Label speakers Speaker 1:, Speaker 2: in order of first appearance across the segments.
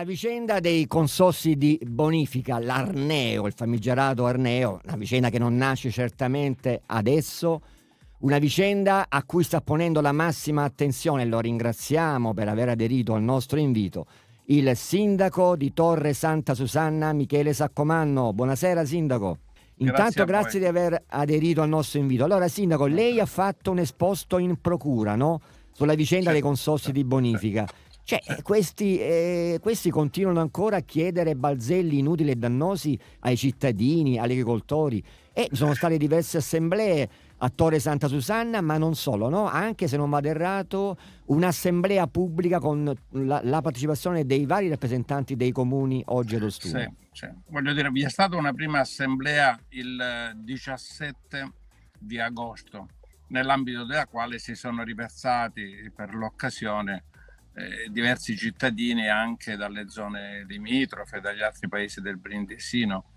Speaker 1: La vicenda dei consorzi di bonifica, l'Arneo, il famigerato Arneo, una vicenda che non nasce certamente adesso, una vicenda a cui sta ponendo la massima attenzione, lo ringraziamo per aver aderito al nostro invito, il sindaco di Torre Santa Susanna, Michele Saccomanno. Buonasera sindaco.
Speaker 2: Grazie
Speaker 1: Intanto
Speaker 2: a voi.
Speaker 1: grazie di aver aderito al nostro invito. Allora sindaco,
Speaker 2: No,
Speaker 1: lei ha
Speaker 2: prego.
Speaker 1: fatto un esposto in procura, no? Sulla vicenda
Speaker 2: Sì,
Speaker 1: dei consorzi
Speaker 2: sì,
Speaker 1: di
Speaker 2: sì,
Speaker 1: bonifica. Cioè,
Speaker 2: sì.
Speaker 1: questi continuano ancora a chiedere balzelli inutili e dannosi ai cittadini, agli agricoltori. E ci sono state diverse assemblee a Torre Santa Susanna, ma non solo, no? Anche se non vado errato, un'assemblea pubblica con la partecipazione dei vari rappresentanti dei comuni oggi ad
Speaker 2: Sì,
Speaker 1: Ostuno.
Speaker 2: sì. Voglio dire, vi è stata una prima assemblea il 17 di agosto, nell'ambito della quale si sono riversati per l'occasione diversi cittadini anche dalle zone limitrofe, dagli altri paesi del Brindisino.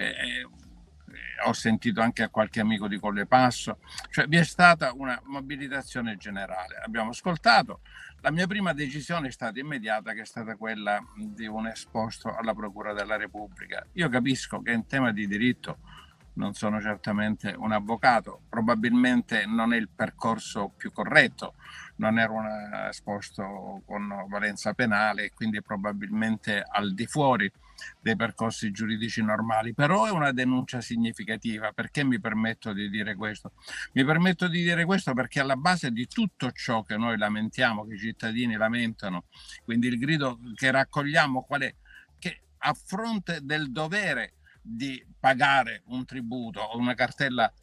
Speaker 2: Ho sentito anche qualche amico di Collepasso, cioè vi è stata una mobilitazione generale. Abbiamo ascoltato. La mia prima decisione è stata immediata, che è stata quella di un esposto alla Procura della Repubblica. Io capisco che in tema di diritto non sono certamente un avvocato, probabilmente non è il percorso più corretto, non ero un esposto con valenza penale e quindi probabilmente al di fuori dei percorsi giuridici normali, però è una denuncia significativa. Perché mi permetto di dire questo? Mi permetto di dire questo perché alla base di tutto ciò che noi lamentiamo, che i cittadini lamentano, quindi il grido che raccogliamo qual è? Che a fronte del dovere di pagare un tributo o una cartella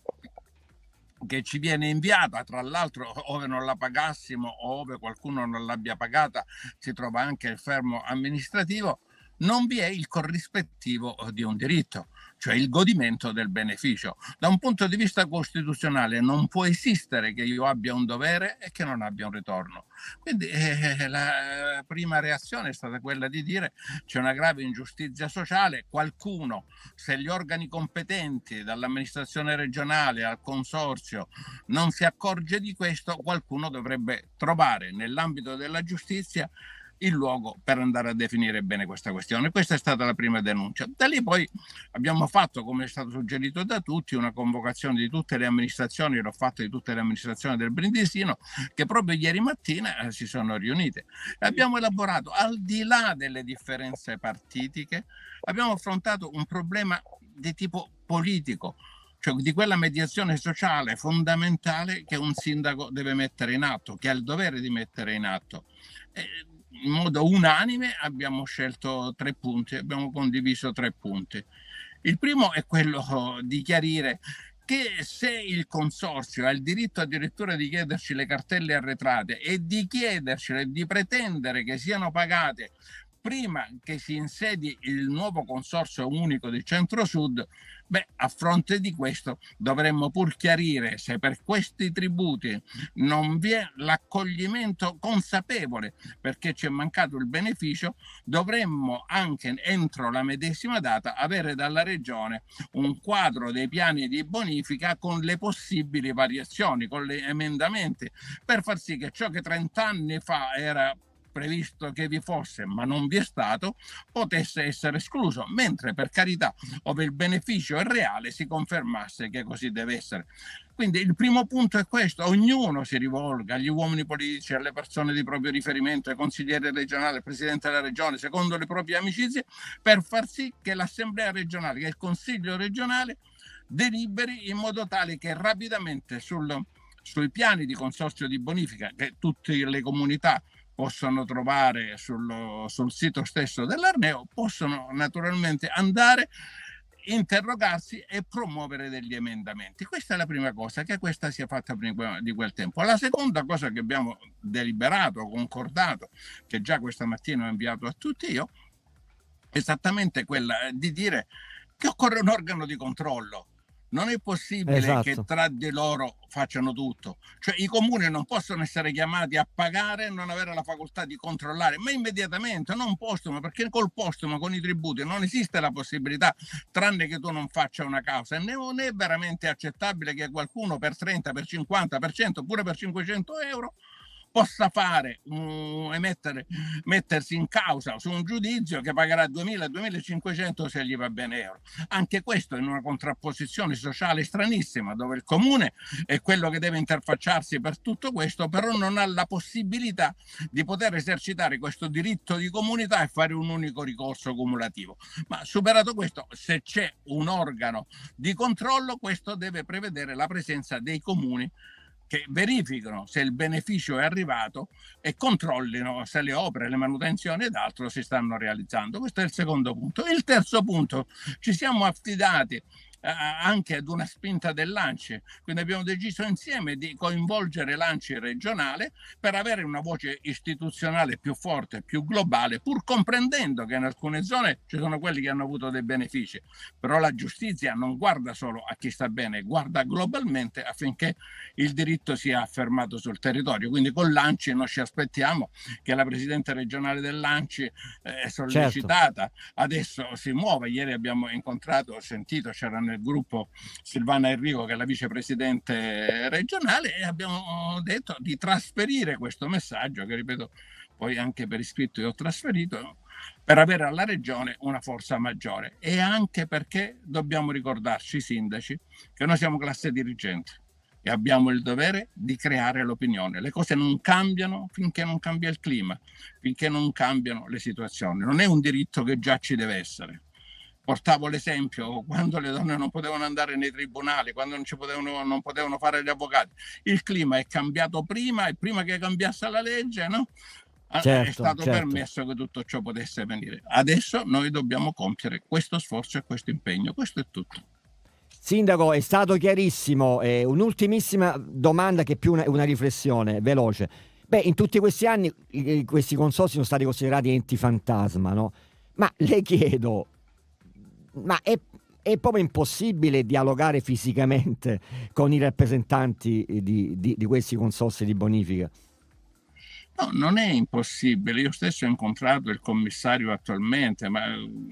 Speaker 2: che ci viene inviata, tra l'altro ove non la pagassimo o ove qualcuno non l'abbia pagata si trova anche il fermo amministrativo, non vi è il corrispettivo di un diritto, cioè il godimento del beneficio. Da un punto di vista costituzionale non può esistere che io abbia un dovere e che non abbia un ritorno. Quindi la prima reazione è stata quella di dire c'è una grave ingiustizia sociale, qualcuno, se gli organi competenti dall'amministrazione regionale al consorzio non si accorge di questo, qualcuno dovrebbe trovare nell'ambito della giustizia il luogo per andare a definire bene questa questione. Questa è stata la prima denuncia. Da lì poi abbiamo fatto, come è stato suggerito da tutti, una convocazione di tutte le amministrazioni, l'ho fatto di tutte le amministrazioni del Brindisino, che proprio ieri mattina si sono riunite. Abbiamo elaborato, al di là delle differenze partitiche, abbiamo affrontato un problema di tipo politico, cioè di quella mediazione sociale fondamentale che un sindaco deve mettere in atto, che ha il dovere di mettere in atto. In modo unanime abbiamo scelto 3 punti, abbiamo condiviso 3 punti. Il primo è quello di chiarire che se il consorzio ha il diritto addirittura di chiederci le cartelle arretrate e di chiedercele, di pretendere che siano pagate prima che si insedi il nuovo consorzio unico di Centro-Sud, a fronte di questo dovremmo pur chiarire se per questi tributi non vi è l'accoglimento consapevole perché ci è mancato il beneficio, dovremmo anche entro la medesima data avere dalla regione un quadro dei piani di bonifica con le possibili variazioni, con gli emendamenti, per far sì che ciò che 30 anni fa era previsto che vi fosse ma non vi è stato potesse essere escluso, mentre per carità ove il beneficio è reale si confermasse che così deve essere. Quindi il primo punto è questo: ognuno si rivolga agli uomini politici, alle persone di proprio riferimento, ai consiglieri regionali, al presidente della regione, secondo le proprie amicizie, per far sì che l'assemblea regionale, che il consiglio regionale deliberi in modo tale che rapidamente sui piani di consorzio di bonifica che tutte le comunità possono trovare sul sito stesso dell'Arneo, possono naturalmente andare, interrogarsi e promuovere degli emendamenti. Questa è la prima cosa, che questa sia fatta prima di quel tempo. La seconda cosa che abbiamo deliberato, concordato, che già questa mattina ho inviato a tutti io, è esattamente quella di dire che occorre un organo di controllo. Non è possibile che
Speaker 1: Esatto.
Speaker 2: tra di loro facciano tutto. Cioè i comuni non possono essere chiamati a pagare e non avere la facoltà di controllare, ma immediatamente, non postumo, perché col postumo, con i tributi, non esiste la possibilità, tranne che tu non faccia una causa. E non è veramente accettabile che qualcuno per 30, per 50%, oppure per 500 euro possa fare mettersi in causa su un giudizio che pagherà 2.000-2.500 se gli va bene euro. Anche questo in una contrapposizione sociale stranissima, dove il comune è quello che deve interfacciarsi per tutto questo, però non ha la possibilità di poter esercitare questo diritto di comunità e fare un unico ricorso cumulativo. Ma superato questo, se c'è un organo di controllo, questo deve prevedere la presenza dei comuni che verificano se il beneficio è arrivato e controllino se le opere, le manutenzioni ed altro si stanno realizzando. Questo è il secondo punto. Il terzo punto, ci siamo affidati anche ad una spinta dell'ANCI, quindi abbiamo deciso insieme di coinvolgere l'ANCI regionale per avere una voce istituzionale più forte, più globale, pur comprendendo che in alcune zone ci sono quelli che hanno avuto dei benefici, però la giustizia non guarda solo a chi sta bene, guarda globalmente affinché il diritto sia affermato sul territorio. Quindi con l'ANCI noi ci aspettiamo che la presidente regionale dell'ANCI sollecitata adesso si muova. Ieri abbiamo incontrato, ho sentito, c'era nel gruppo Silvana Enrico, che è la vicepresidente regionale, e abbiamo detto di trasferire questo messaggio, che ripeto poi anche per iscritto io ho trasferito, per avere alla regione una forza maggiore. E anche perché dobbiamo ricordarci, sindaci, che noi siamo classe dirigente e abbiamo il dovere di creare l'opinione. Le cose non cambiano finché non cambia il clima, finché non cambiano le situazioni. Non è un diritto che già ci deve essere. Portavo l'esempio quando le donne non potevano andare nei tribunali, quando non potevano fare gli avvocati. Il clima è cambiato prima, e prima che cambiasse la legge, no? È stato permesso che tutto ciò potesse avvenire. Adesso noi dobbiamo compiere questo sforzo e questo impegno. Questo è tutto.
Speaker 1: Sindaco, è stato chiarissimo. Un'ultimissima domanda, che è più una riflessione veloce. In tutti questi anni questi consorzi sono stati considerati enti fantasma, no? Ma le chiedo, ma è proprio impossibile dialogare fisicamente con i rappresentanti di questi consorzi di bonifica?
Speaker 2: No, non è impossibile. Io stesso ho incontrato il commissario attualmente, ma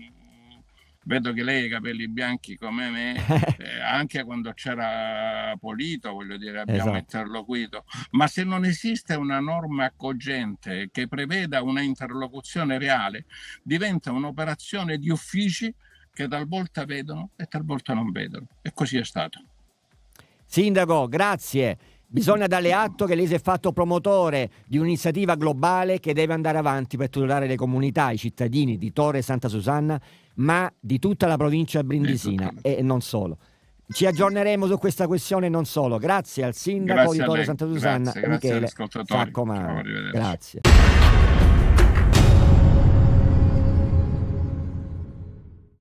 Speaker 2: vedo che lei ha i capelli bianchi come me, anche quando c'era Polito, voglio dire, abbiamo interloquito. Ma se non esiste una norma cogente che preveda una interlocuzione reale, diventa un'operazione di uffici che talvolta vedono e talvolta non vedono. E così è stato.
Speaker 1: Sindaco, grazie. Bisogna darle atto che lei si è fatto promotore di un'iniziativa globale che deve andare avanti per tutelare le comunità, i cittadini di Torre Santa Susanna, ma di tutta la provincia brindisina e non solo. Ci aggiorneremo su questa questione e non solo. Grazie al sindaco di Torre Santa Susanna, Michele Saccomano. Grazie.